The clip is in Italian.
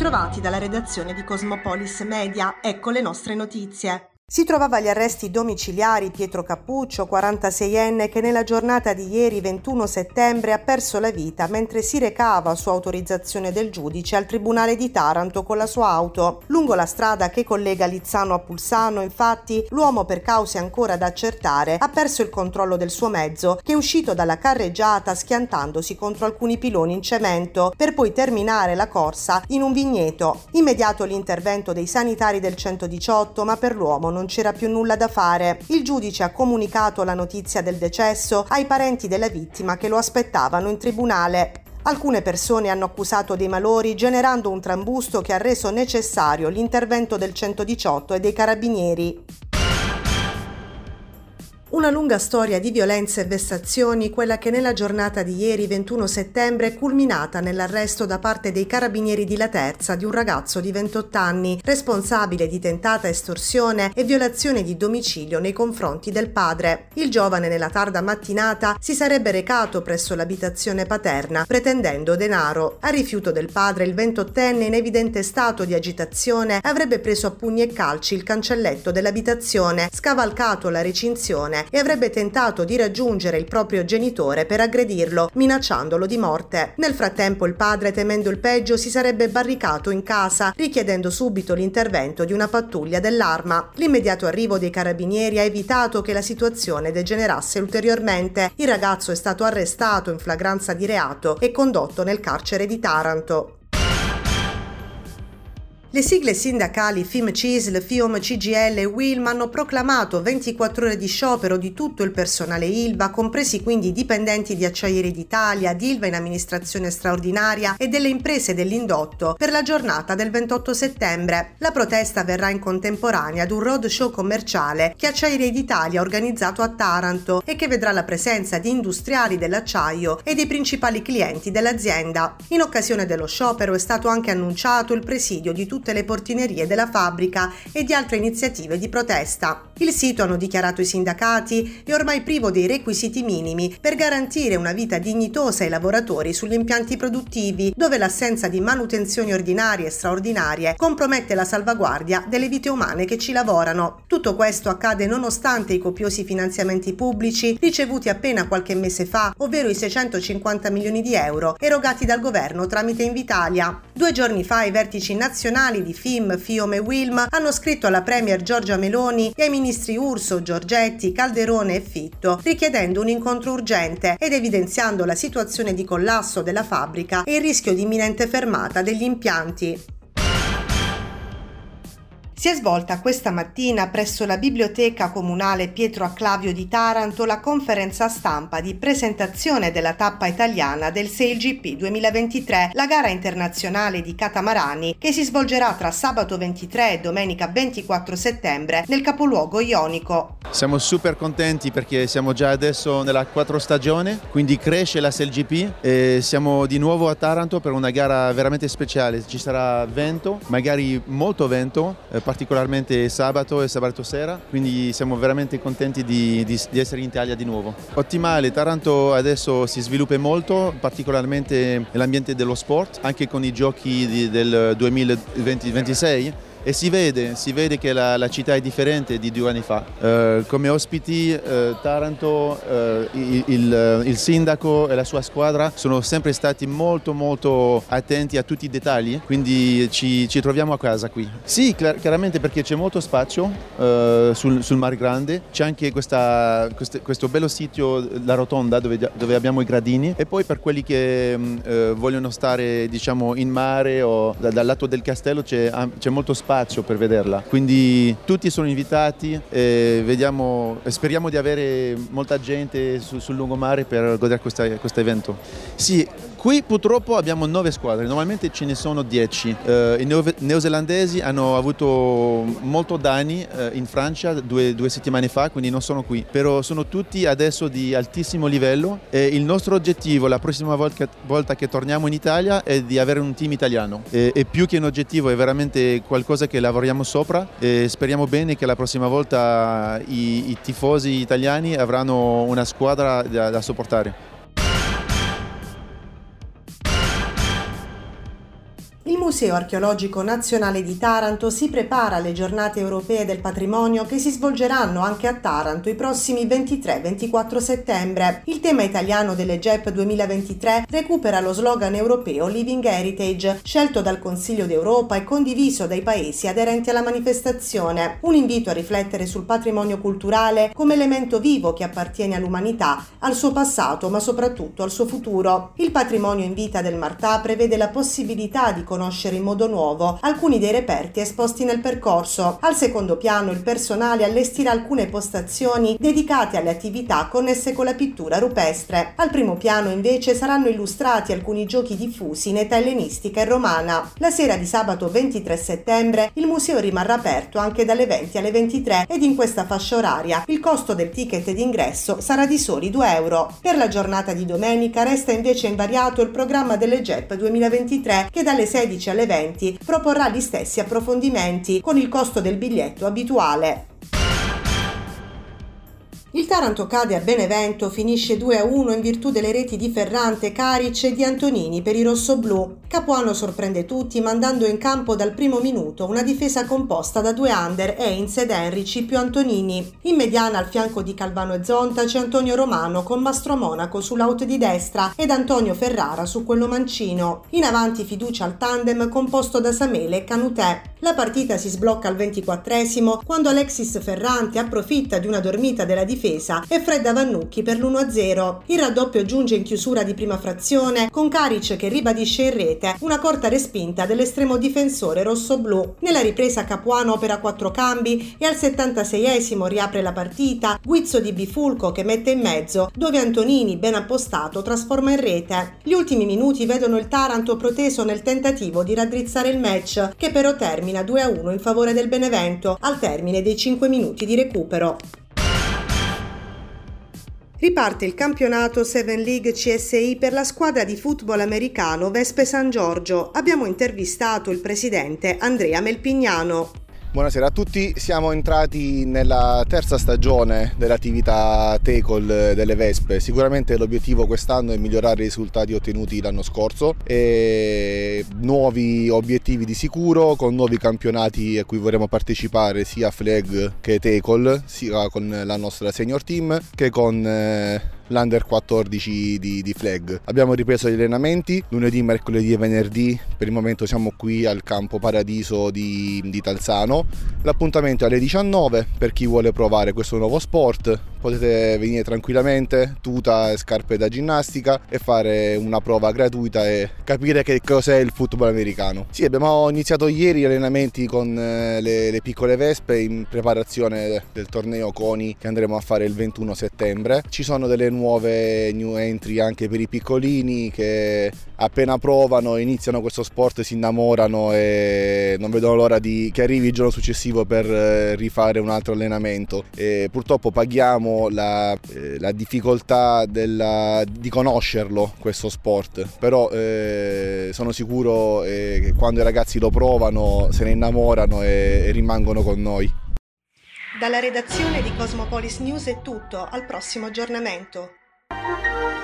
Bentrovati dalla redazione di Cosmopolis Media, ecco le nostre notizie. Si trovava agli arresti domiciliari Pietro Cappuccio, 46enne, che nella giornata di ieri 21 settembre ha perso la vita mentre si recava, su autorizzazione del giudice, al Tribunale di Taranto con la sua auto. Lungo la strada che collega Lizzano a Pulsano, infatti, l'uomo, per cause ancora da accertare, ha perso il controllo del suo mezzo, che è uscito dalla carreggiata schiantandosi contro alcuni piloni in cemento, per poi terminare la corsa in un vigneto. Immediato l'intervento dei sanitari del 118, ma per l'uomo non c'era più nulla da fare. Il giudice ha comunicato la notizia del decesso ai parenti della vittima che lo aspettavano in tribunale. Alcune persone hanno accusato dei malori generando un trambusto che ha reso necessario l'intervento del 118 e dei carabinieri. Una lunga storia di violenze e vessazioni, quella che nella giornata di ieri 21 settembre è culminata nell'arresto da parte dei carabinieri di Laterza di un ragazzo di 28 anni, responsabile di tentata estorsione e violazione di domicilio nei confronti del padre. Il giovane nella tarda mattinata si sarebbe recato presso l'abitazione paterna pretendendo denaro. A rifiuto del padre, il 28enne, in evidente stato di agitazione, avrebbe preso a pugni e calci il cancelletto dell'abitazione, scavalcato la recinzione e avrebbe tentato di raggiungere il proprio genitore per aggredirlo, minacciandolo di morte. Nel frattempo il padre, temendo il peggio, si sarebbe barricato in casa, richiedendo subito l'intervento di una pattuglia dell'Arma. L'immediato arrivo dei carabinieri ha evitato che la situazione degenerasse ulteriormente. Il ragazzo è stato arrestato in flagranza di reato e condotto nel carcere di Taranto. Le sigle sindacali FIM-CISL, FIOM, CGIL e UILM hanno proclamato 24 ore di sciopero di tutto il personale ILVA, compresi quindi i dipendenti di Acciaierie d'Italia, di ILVA in amministrazione straordinaria e delle imprese dell'indotto, per la giornata del 28 settembre. La protesta avverrà in contemporanea ad un roadshow commerciale che Acciaierie d'Italia ha organizzato a Taranto e che vedrà la presenza di industriali dell'acciaio e dei principali clienti dell'azienda. In occasione dello sciopero è stato anche annunciato il presidio di tutte le portinerie della fabbrica e di altre iniziative di protesta. Il sito, hanno dichiarato i sindacati, è ormai privo dei requisiti minimi per garantire una vita dignitosa ai lavoratori sugli impianti produttivi, dove l'assenza di manutenzioni ordinarie e straordinarie compromette la salvaguardia delle vite umane che ci lavorano. Tutto questo accade nonostante i copiosi finanziamenti pubblici ricevuti appena qualche mese fa, ovvero i 650 milioni di euro erogati dal governo tramite Invitalia. 2 giorni fa i vertici nazionali di FIM, FIOM e UILM hanno scritto alla premier Giorgia Meloni e ai ministri Urso, Giorgetti, Calderone e Fitto, richiedendo un incontro urgente ed evidenziando la situazione di collasso della fabbrica e il rischio di imminente fermata degli impianti. Si è svolta questa mattina presso la Biblioteca Comunale Pietro Acclavio di Taranto la conferenza stampa di presentazione della tappa italiana del SailGP 2023, la gara internazionale di catamarani che si svolgerà tra sabato 23 e domenica 24 settembre nel capoluogo ionico. Siamo super contenti perché siamo già adesso nella 4ª stagione, quindi cresce la SailGP e siamo di nuovo a Taranto per una gara veramente speciale. Ci sarà vento, magari molto vento, particolarmente sabato e sabato sera, quindi siamo veramente contenti di essere in Italia di nuovo. Ottimale, Taranto adesso si sviluppa molto, particolarmente nell'ambiente dello sport, anche con i giochi del 2026. E si vede che la città è differente di 2 anni fa. Come ospiti Taranto, il sindaco e la sua squadra sono sempre stati molto attenti a tutti i dettagli, quindi ci troviamo a casa qui. Sì, chiaramente perché c'è molto spazio sul Mar Grande, c'è anche questo bello sito, la rotonda, dove abbiamo i gradini, e poi per quelli che vogliono stare, diciamo, in mare o dal lato del castello c'è molto spazio per vederla, quindi tutti sono invitati e speriamo di avere molta gente sul lungomare per godere questo evento. Sì, qui purtroppo abbiamo 9 squadre, normalmente ce ne sono 10. I neozelandesi hanno avuto molto danni in Francia 2 settimane fa, quindi non sono qui, però sono tutti adesso di altissimo livello e il nostro obiettivo la prossima volta che torniamo in Italia è di avere un team italiano. E più che un obiettivo, è veramente qualcosa che lavoriamo sopra e speriamo bene che la prossima volta i tifosi italiani avranno una squadra da sopportare. Museo Archeologico Nazionale di Taranto si prepara alle giornate europee del patrimonio che si svolgeranno anche a Taranto i prossimi 23-24 settembre. Il tema italiano delle JEP 2023 recupera lo slogan europeo Living Heritage, scelto dal Consiglio d'Europa e condiviso dai paesi aderenti alla manifestazione. Un invito a riflettere sul patrimonio culturale come elemento vivo che appartiene all'umanità, al suo passato ma soprattutto al suo futuro. Il patrimonio in vita del Martà prevede la possibilità di conoscere in modo nuovo alcuni dei reperti esposti nel percorso. Al secondo piano il personale allestirà alcune postazioni dedicate alle attività connesse con la pittura rupestre. Al primo piano invece saranno illustrati alcuni giochi diffusi in età ellenistica e romana. La sera di sabato 23 settembre il museo rimarrà aperto anche dalle 20 alle 23 ed in questa fascia oraria il costo del ticket d'ingresso sarà di soli 2 euro. Per la giornata di domenica resta invece invariato il programma delle JEP 2023 che dalle 16 alle 20 proporrà gli stessi approfondimenti con il costo del biglietto abituale. Il Taranto cade a Benevento, finisce 2-1 in virtù delle reti di Ferrante, Caric e di Antonini per i rossoblù. Capuano sorprende tutti mandando in campo dal primo minuto una difesa composta da 2 under, Heinz ed Enrici più Antonini. In mediana al fianco di Calvano e Zonta c'è Antonio Romano con Mastro Monaco sull'out di destra ed Antonio Ferrara su quello mancino. In avanti fiducia al tandem composto da Samele e Canutè. La partita si sblocca al 24esimo quando Alexis Ferrante approfitta di una dormita della difesa e fredda Vannucchi per l'1-0. Il raddoppio giunge in chiusura di prima frazione con Caric che ribadisce in rete una corta respinta dell'estremo difensore rossoblù. Nella ripresa Capuano opera 4 cambi e al 76esimo riapre la partita Guizzo di Bifulco che mette in mezzo dove Antonini ben appostato trasforma in rete. Gli ultimi minuti vedono il Taranto proteso nel tentativo di raddrizzare il match che però termina 2-1 in favore del Benevento al termine dei 5 minuti di recupero. Riparte il campionato 7 League CSI per la squadra di football americano Vespe San Giorgio. Abbiamo intervistato il presidente Andrea Melpignano. Buonasera a tutti, siamo entrati nella terza stagione dell'attività Tackle delle Vespe. Sicuramente l'obiettivo quest'anno è migliorare i risultati ottenuti l'anno scorso e nuovi obiettivi di sicuro con nuovi campionati a cui vorremmo partecipare sia flag che Tackle, sia con la nostra senior team che con l'Under 14 di flag. Abbiamo ripreso gli allenamenti lunedì, mercoledì e venerdì. Per il momento siamo qui al campo Paradiso di Talzano. L'appuntamento è alle 19 per chi vuole provare questo nuovo sport. Potete venire tranquillamente, tuta e scarpe da ginnastica e fare una prova gratuita e capire che cos'è il football americano. Sì, abbiamo iniziato ieri gli allenamenti con le piccole vespe in preparazione del torneo CONI che andremo a fare il 21 settembre. Ci sono delle nuove new entry anche per i piccolini che appena provano e iniziano questo sport si innamorano e non vedono l'ora che arrivi il giorno successivo per rifare un altro allenamento. E purtroppo paghiamo la difficoltà di conoscerlo questo sport, però sono sicuro che quando i ragazzi lo provano se ne innamorano e rimangono con noi. Dalla redazione di Cosmopolis News è tutto, al prossimo aggiornamento.